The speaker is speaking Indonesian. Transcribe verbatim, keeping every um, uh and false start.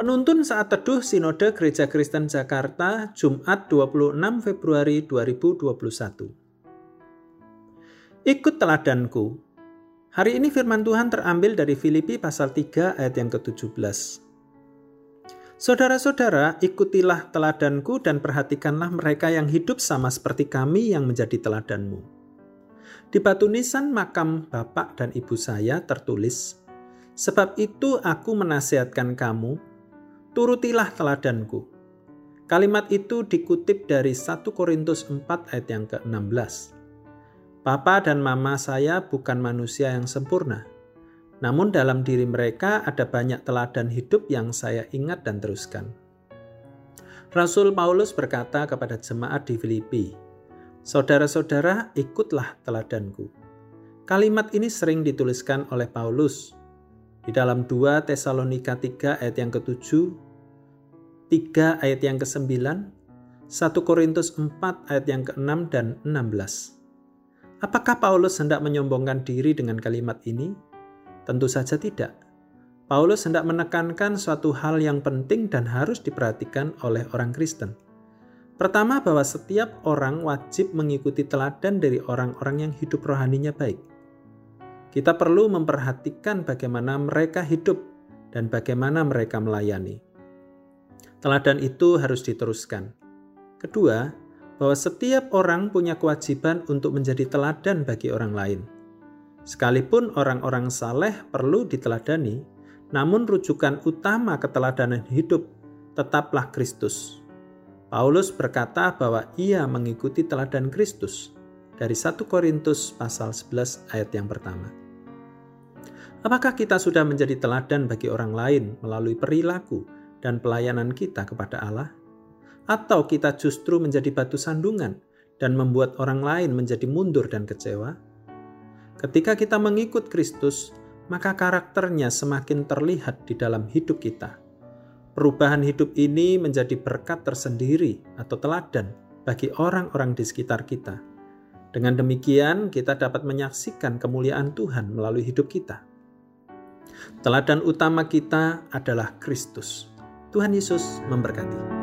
Penuntun saat teduh Sinode Gereja Kristen Jakarta, Jumat dua puluh enam Februari dua ribu dua puluh satu. Ikut teladanku. Hari ini firman Tuhan terambil dari Filipi pasal tiga ayat yang ke tujuh belas. Saudara-saudara, ikutilah teladanku dan perhatikanlah mereka yang hidup sama seperti kami yang menjadi teladanmu. Di batu nisan makam bapak dan ibu saya tertulis, sebab itu aku menasihatkan kamu, turutilah teladanku. Kalimat itu dikutip dari satu Korintus empat ayat yang ke enam belas. Papa dan mama saya bukan manusia yang sempurna, namun dalam diri mereka ada banyak teladan hidup yang saya ingat dan teruskan. Rasul Paulus berkata kepada jemaat di Filipi, saudara-saudara, ikutlah teladanku. Kalimat ini sering dituliskan oleh Paulus di dalam dua Tesalonika tiga ayat yang ketujuh, tiga ayat yang kesembilan, satu Korintus empat ayat yang keenam dan enam belas. Apakah Paulus hendak menyombongkan diri dengan kalimat ini? Tentu saja tidak. Paulus hendak menekankan suatu hal yang penting dan harus diperhatikan oleh orang Kristen. Pertama, bahwa setiap orang wajib mengikuti teladan dari orang-orang yang hidup rohaninya baik. Kita perlu memperhatikan bagaimana mereka hidup dan bagaimana mereka melayani. Teladan itu harus diteruskan. Kedua, bahwa setiap orang punya kewajiban untuk menjadi teladan bagi orang lain. Sekalipun orang-orang saleh perlu diteladani, namun rujukan utama keteladanan hidup tetaplah Kristus. Paulus berkata bahwa ia mengikuti teladan Kristus dari satu Korintus pasal sebelas ayat yang pertama. Apakah kita sudah menjadi teladan bagi orang lain melalui perilaku dan pelayanan kita kepada Allah? Atau kita justru menjadi batu sandungan dan membuat orang lain menjadi mundur dan kecewa? Ketika kita mengikut Kristus, maka karakternya semakin terlihat di dalam hidup kita. Perubahan hidup ini menjadi berkat tersendiri atau teladan bagi orang-orang di sekitar kita. Dengan demikian, kita dapat menyaksikan kemuliaan Tuhan melalui hidup kita. Teladan utama kita adalah Kristus. Tuhan Yesus memberkati.